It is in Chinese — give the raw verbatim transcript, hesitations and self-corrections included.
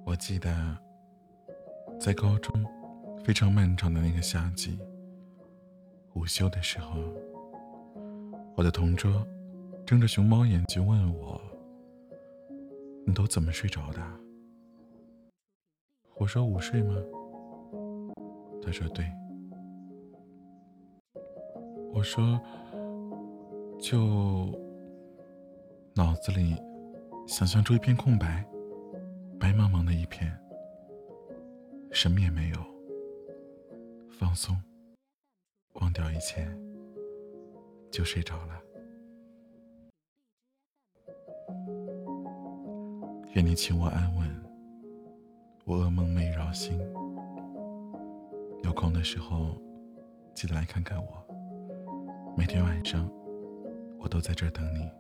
我记得在高中非常漫长的那个夏季，午休的时候，我的同桌睁着熊猫眼睛问我：你都怎么睡着的？我说午睡吗？他说对。我说就脑子里想象出一片空白，白茫茫的一片，什么也没有，放松，忘掉一切，就睡着了。愿你请我安稳，我噩梦寐绕心。有空的时候记得来看看我，每天晚上我都在这儿等你。